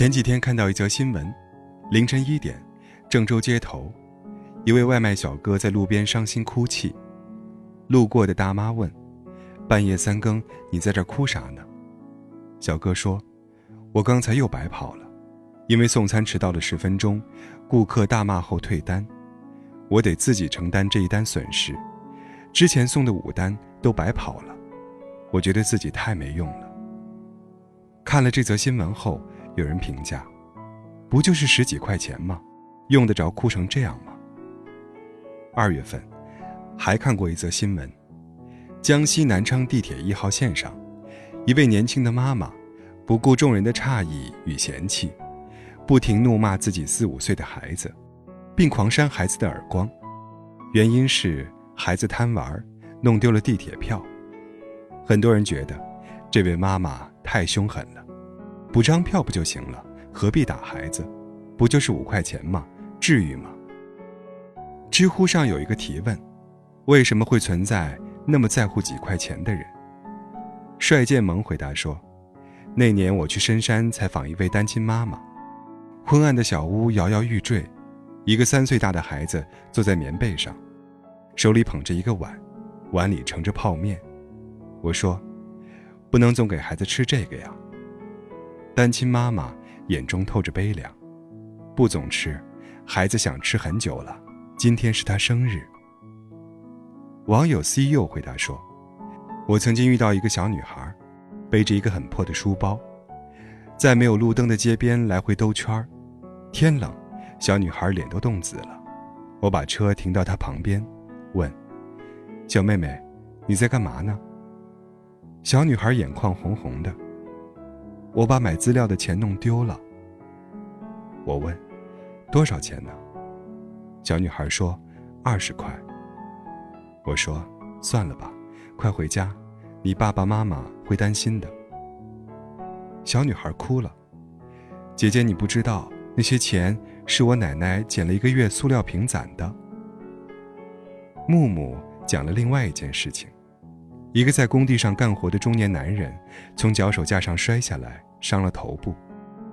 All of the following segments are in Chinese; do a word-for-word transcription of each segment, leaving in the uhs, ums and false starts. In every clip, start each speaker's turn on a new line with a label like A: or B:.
A: 前几天看到一则新闻，凌晨一点，郑州街头，一位外卖小哥在路边伤心哭泣。路过的大妈问：半夜三更你在这儿哭啥呢？小哥说：我刚才又白跑了，因为送餐迟到了十分钟，顾客大骂后退单，我得自己承担这一单损失，之前送的五单都白跑了，我觉得自己太没用了。看了这则新闻后，有人评价：不就是十几块钱吗？用得着哭成这样吗？二月份还看过一则新闻，江西南昌地铁一号线上，一位年轻的妈妈不顾众人的诧异与嫌弃，不停怒骂自己四五岁的孩子，并狂扇孩子的耳光，原因是孩子贪玩，弄丢了地铁票。很多人觉得这位妈妈太凶狠了，补张票不就行了，何必打孩子？不就是五块钱吗？至于吗？知乎上有一个提问：为什么会存在那么在乎几块钱的人？帅剑萌回答说：那年我去深山采访一位单亲妈妈，昏暗的小屋摇摇欲坠，一个三岁大的孩子坐在棉被上，手里捧着一个碗，碗里盛着泡面。我说：不能总给孩子吃这个呀。单亲妈妈眼中透着悲凉：不总吃，孩子想吃很久了，今天是他生日。网友 C U 回答说：我曾经遇到一个小女孩，背着一个很破的书包，在没有路灯的街边来回兜圈，天冷，小女孩脸都冻紫了。我把车停到她旁边，问：小妹妹，你在干嘛呢？小女孩眼眶红红的：我把买资料的钱弄丢了。我问：多少钱呢？小女孩说：二十块。我说：算了吧，快回家，你爸爸妈妈会担心的。小女孩哭了：姐姐，你不知道，那些钱是我奶奶捡了一个月塑料瓶攒的。木木讲了另外一件事情，一个在工地上干活的中年男人从脚手架上摔下来，伤了头部，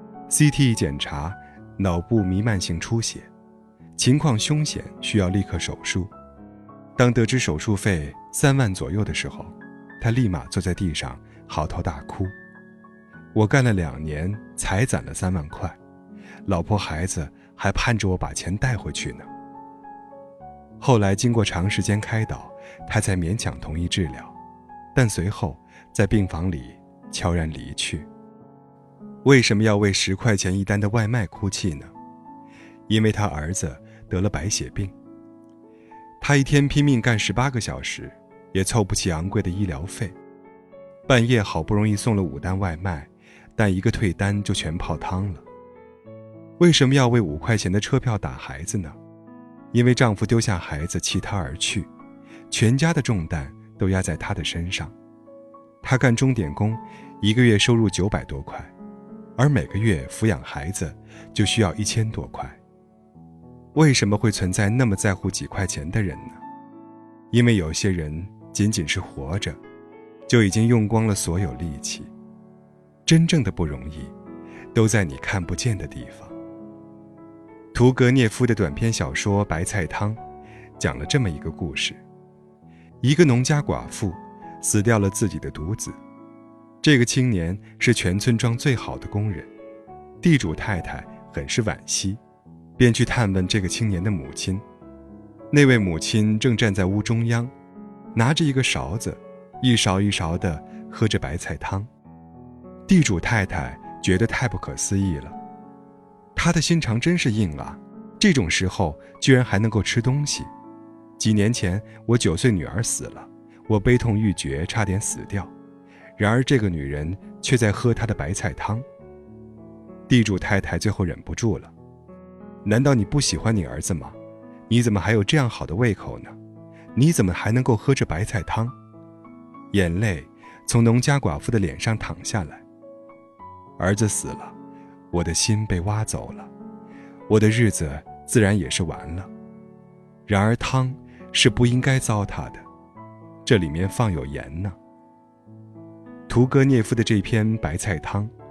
A: C T 一检查，脑部弥漫性出血，情况凶险，需要立刻手术。当得知手术费三万左右的时候，他立马坐在地上嚎啕大哭。我干了两年才攒了三万块，老婆孩子还盼着我把钱带回去呢。后来经过长时间开导，他才勉强同意治疗，但随后在病房里悄然离去。为什么要为十块钱一单的外卖哭泣呢？因为他儿子得了白血病，他一天拼命干十八个小时，也凑不齐昂贵的医疗费。半夜好不容易送了五单外卖，但一个退单就全泡汤了。为什么要为五块钱的车票打孩子呢？因为丈夫丢下孩子弃她而去，全家的重担都压在她的身上。她干钟点工，一个月收入九百多块，而每个月抚养孩子就需要一千多块。为什么会存在那么在乎几块钱的人呢？因为有些人仅仅是活着，就已经用光了所有力气。真正的不容易，都在你看不见的地方。屠格涅夫的短篇小说《白菜汤》讲了这么一个故事：一个农家寡妇死掉了自己的独子，这个青年是全村庄最好的工人，地主太太很是惋惜，便去探问这个青年的母亲。那位母亲正站在屋中央，拿着一个勺子，一勺一勺地喝着白菜汤。地主太太觉得太不可思议了，她的心肠真是硬啊，这种时候居然还能够吃东西。几年前我九岁女儿死了，我悲痛欲绝，差点死掉，然而这个女人却在喝她的白菜汤。地主太太最后忍不住了：难道你不喜欢你儿子吗？你怎么还有这样好的胃口呢？你怎么还能够喝着白菜汤？眼泪从农家寡妇的脸上淌下来。儿子死了，我的心被挖走了，我的日子自然也是完了。然而汤是不应该糟蹋的，这里面放有盐呢。屠格涅夫的这篇白菜汤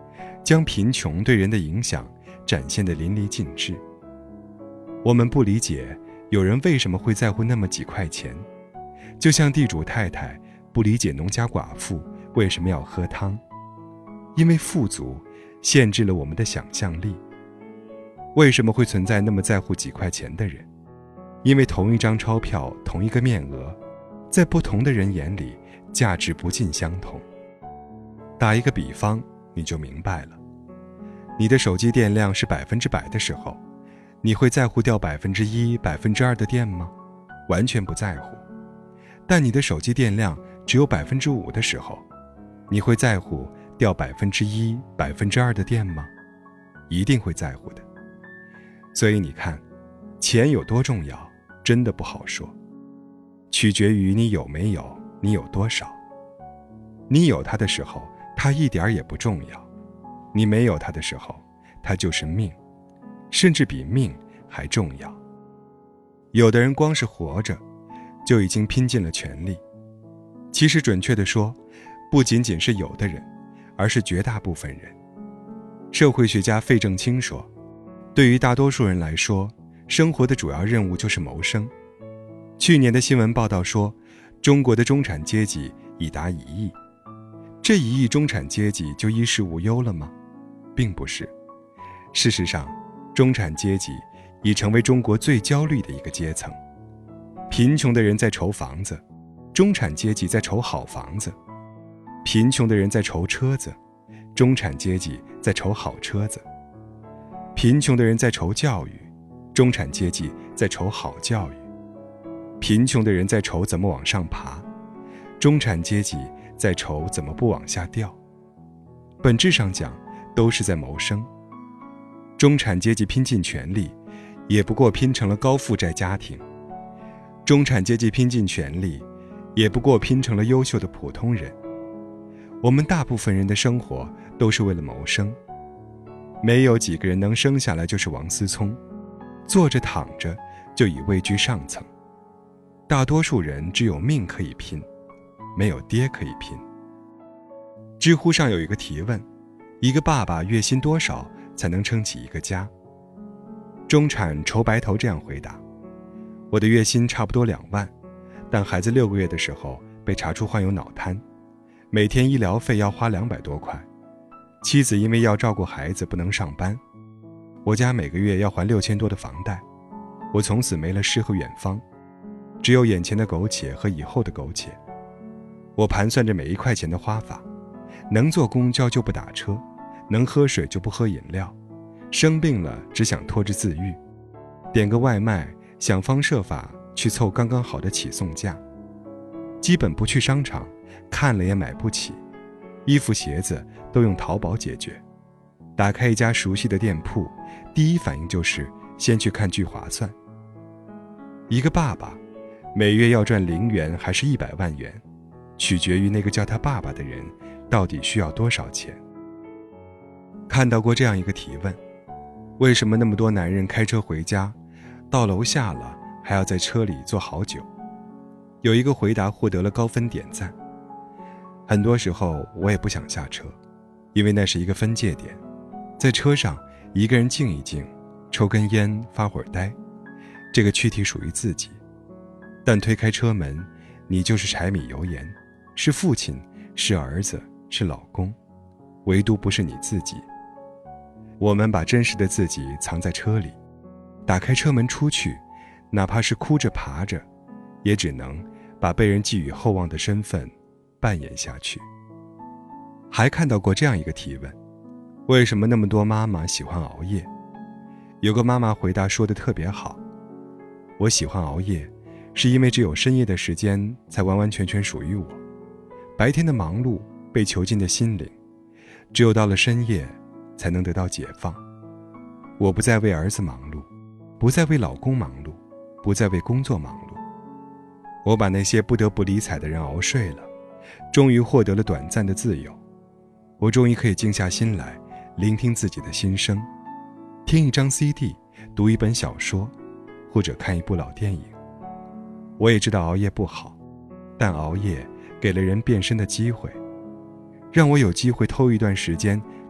A: 将贫穷对人的影响展现得淋漓尽致。我们不理解有人为什么会在乎那么几块钱，就像地主太太不理解农家寡妇为什么要喝汤，因为富足限制了我们的想象力。为什么会存在那么在乎几块钱的人？因为同一张钞票，同一个面额，在不同的人眼里价值不尽相同。打一个比方，你就明白了。你的手机电量是百分之百的时候，你会在乎掉百分之一、百分之二的电吗？完全不在乎。但你的手机电量只有百分之五的时候，你会在乎掉百分之一、百分之二的电吗？一定会在乎的。所以你看，钱有多重要，真的不好说，取决于你有没有，你有多少。你有它的时候，它一点也不重要；你没有它的时候，它就是命，甚至比命还重要。有的人光是活着，就已经拼尽了全力。其实准确地说，不仅仅是有的人，而是绝大部分人。社会学家费正清说，对于大多数人来说，生活的主要任务就是谋生。去年的新闻报道说，中国的中产阶级已达一亿。这一亿中产阶级就衣食无忧了吗？并不是。事实上，中产阶级已成为中国最焦虑的一个阶层。贫穷的人在愁房子，中产阶级在愁好房子；贫穷的人在愁车子，中产阶级在愁好车子；贫穷的人在愁教育，中产阶级在愁好教育；贫穷的人在愁怎么往上爬，中产阶级在愁怎么不往下掉。本质上讲，都是在谋生。中产阶级拼尽全力，也不过拼成了高负债家庭；中产阶级拼尽全力，也不过拼成了优秀的普通人。我们大部分人的生活都是为了谋生，没有几个人能生下来就是王思聪，坐着躺着就已位居上层。大多数人只有命可以拼，没有爹可以拼。知乎上有一个提问，一个爸爸月薪多少才能撑起一个家？中产愁白头这样回答，我的月薪差不多两万，但孩子六个月的时候被查出患有脑瘫，每天医疗费要花两百多块。妻子因为要照顾孩子不能上班，我家每个月要还六千多的房贷，我从此没了诗和远方，只有眼前的苟且和以后的苟且。我盘算着每一块钱的花法，能坐公交就不打车，能喝水就不喝饮料，生病了只想拖着自愈，点个外卖想方设法去凑刚刚好的起送价，基本不去商场，看了也买不起，衣服鞋子都用淘宝解决。打开一家熟悉的店铺，第一反应就是先去看聚划算。一个爸爸每月要赚零元还是一百万元，取决于那个叫他爸爸的人到底需要多少钱。看到过这样一个提问，为什么那么多男人开车回家，到楼下了还要在车里坐好久？有一个回答获得了高分点赞。很多时候我也不想下车，因为那是一个分界点，在车上一个人静一静，抽根烟，发会儿呆，这个躯体属于自己。但推开车门，你就是柴米油盐，是父亲，是儿子，是老公，唯独不是你自己。我们把真实的自己藏在车里，打开车门出去，哪怕是哭着爬着，也只能把被人寄予厚望的身份扮演下去。还看到过这样一个提问，为什么那么多妈妈喜欢熬夜？有个妈妈回答说得特别好，我喜欢熬夜，是因为只有深夜的时间才完完全全属于我，白天的忙碌被囚禁的心灵，只有到了深夜才能得到解放。我不再为儿子忙碌，不再为老公忙碌，不再为工作忙碌。我把那些不得不理睬的人熬睡了，终于获得了短暂的自由。我终于可以静下心来，聆听自己的心声，听一张 C D， 读一本小说，或者看一部老电影。我也知道熬夜不好，但熬夜给了人变身的机会，让我有机会偷一段时间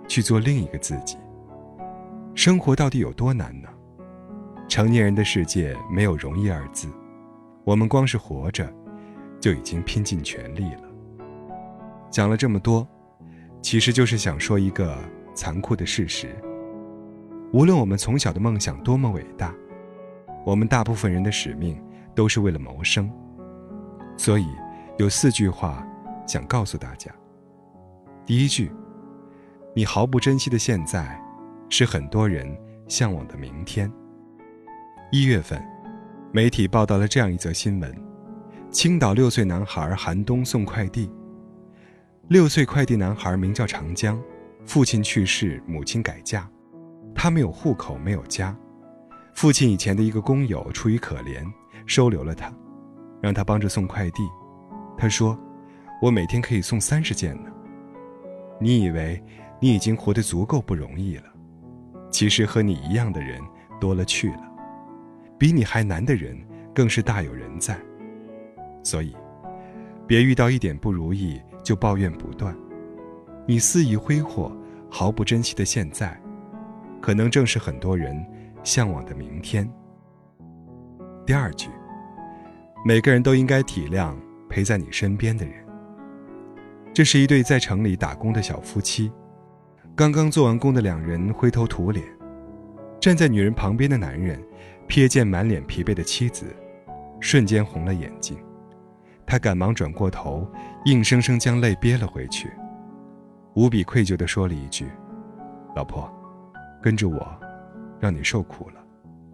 A: 去做另一个自己。生活到底有多难呢？成年人的世界没有容易二字，我们光是活着就已经拼尽全力了。讲了这么多，其实就是想说一个残酷的事实，无论我们从小的梦想多么伟大，我们大部分人的使命都是为了谋生。所以有四句话想告诉大家。第一句，你毫不珍惜的现在，是很多人向往的明天。一月份，媒体报道了这样一则新闻：青岛六岁男孩寒冬送快递。六岁快递男孩名叫长江，父亲去世，母亲改嫁，他没有户口，没有家。父亲以前的一个工友出于可怜，收留了他，让他帮着送快递。他说：“我每天可以送三十件呢。”你以为你已经活得足够不容易了，其实和你一样的人多了去了，比你还难的人更是大有人在。所以别遇到一点不如意就抱怨不断，你肆意挥霍毫不珍惜的现在，可能正是很多人向往的明天。第二句，每个人都应该体谅陪在你身边的人。这是一对在城里打工的小夫妻，刚刚做完工的两人灰头土脸，站在女人旁边的男人瞥见满脸疲惫的妻子，瞬间红了眼睛。他赶忙转过头，硬生生将泪憋了回去，无比愧疚地说了一句：“老婆，跟着我，让你受苦了。”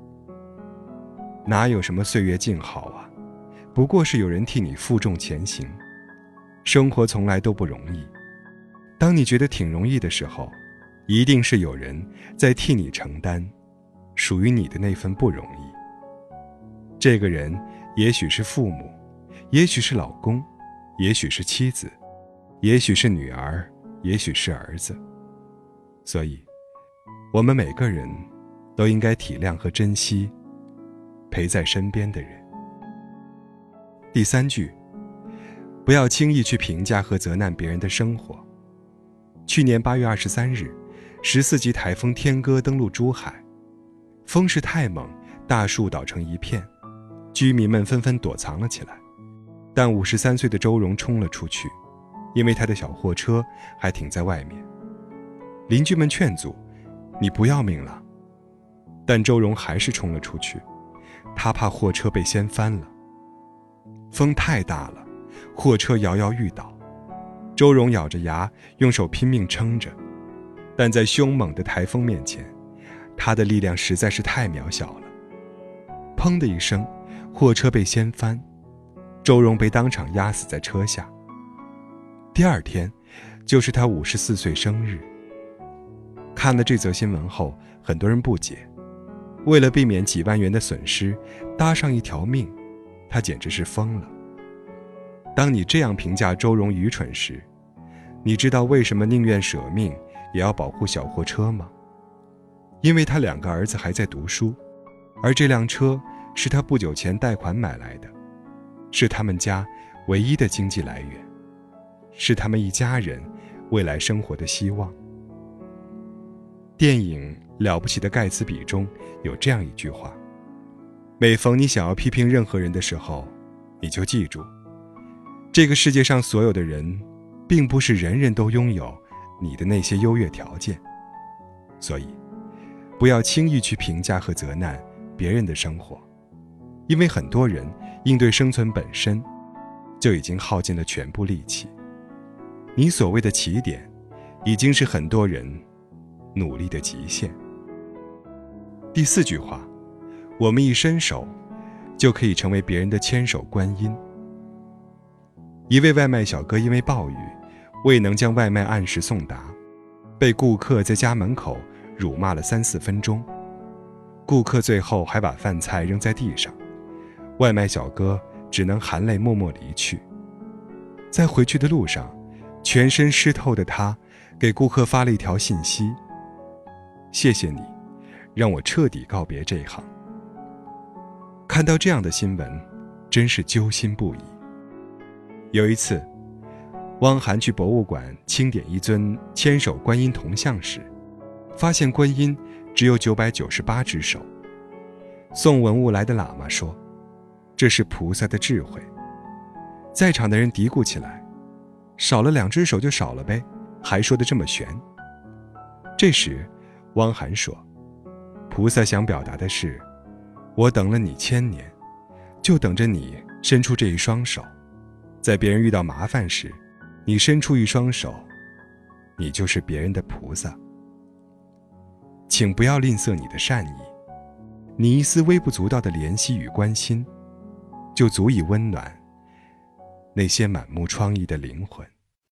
A: 哪有什么岁月静好啊，不过是有人替你负重前行。生活从来都不容易，当你觉得挺容易的时候，一定是有人在替你承担属于你的那份不容易。这个人也许是父母，也许是老公，也许是妻子，也许是女儿，也许是儿子。所以我们每个人都应该体谅和珍惜陪在身边的人。第三句，不要轻易去评价和责难别人的生活。去年八月二十三日，十四级台风天鸽登陆珠海，风势太猛，大树倒成一片，居民们纷纷躲藏了起来。但五十三岁的周荣冲了出去，因为他的小货车还停在外面。邻居们劝阻：“你不要命了？”但周荣还是冲了出去，他怕货车被掀翻了。风太大了，货车摇摇欲倒，周荣咬着牙，用手拼命撑着，但在凶猛的台风面前，他的力量实在是太渺小了。砰的一声，货车被掀翻，周荣被当场压死在车下。第二天就是他五十四岁生日。看了这则新闻后，很多人不解，为了避免几万元的损失，搭上一条命，他简直是疯了。当你这样评价周荣愚蠢时，你知道为什么宁愿舍命也要保护小货车吗？因为他两个儿子还在读书，而这辆车是他不久前贷款买来的，是他们家唯一的经济来源，是他们一家人未来生活的希望。电影《了不起的盖茨比》中有这样一句话：每逢你想要批评任何人的时候，你就记住，这个世界上所有的人，并不是人人都拥有你的那些优越条件。所以不要轻易去评价和责难别人的生活，因为很多人应对生存本身就已经耗尽了全部力气。你所谓的起点，已经是很多人努力的极限。第四句话，我们一伸手就可以成为别人的千手观音。一位外卖小哥因为暴雨未能将外卖按时送达，被顾客在家门口辱骂了三四分钟，顾客最后还把饭菜扔在地上，外卖小哥只能含泪默默离去。在回去的路上，全身湿透的他给顾客发了一条信息：谢谢你，让我彻底告别这一行。看到这样的新闻，真是揪心不已。有一次， 汪涵去博物馆清点一尊千手观音铜像时，发现观音只有九百九十八只手。送文物来的喇嘛说，这是菩萨的智慧。在场的人嘀咕起来，少了两只手就少了呗，还说得这么玄。这时汪涵说，菩萨想表达的是，我等了你千年，就等着你伸出这一双手，在别人遇到麻烦时，你伸出一双手，你就是别人的菩萨。请不要吝啬你的善意，你一丝微不足道的怜惜与关心，就足以温暖那些满目疮痍的灵魂。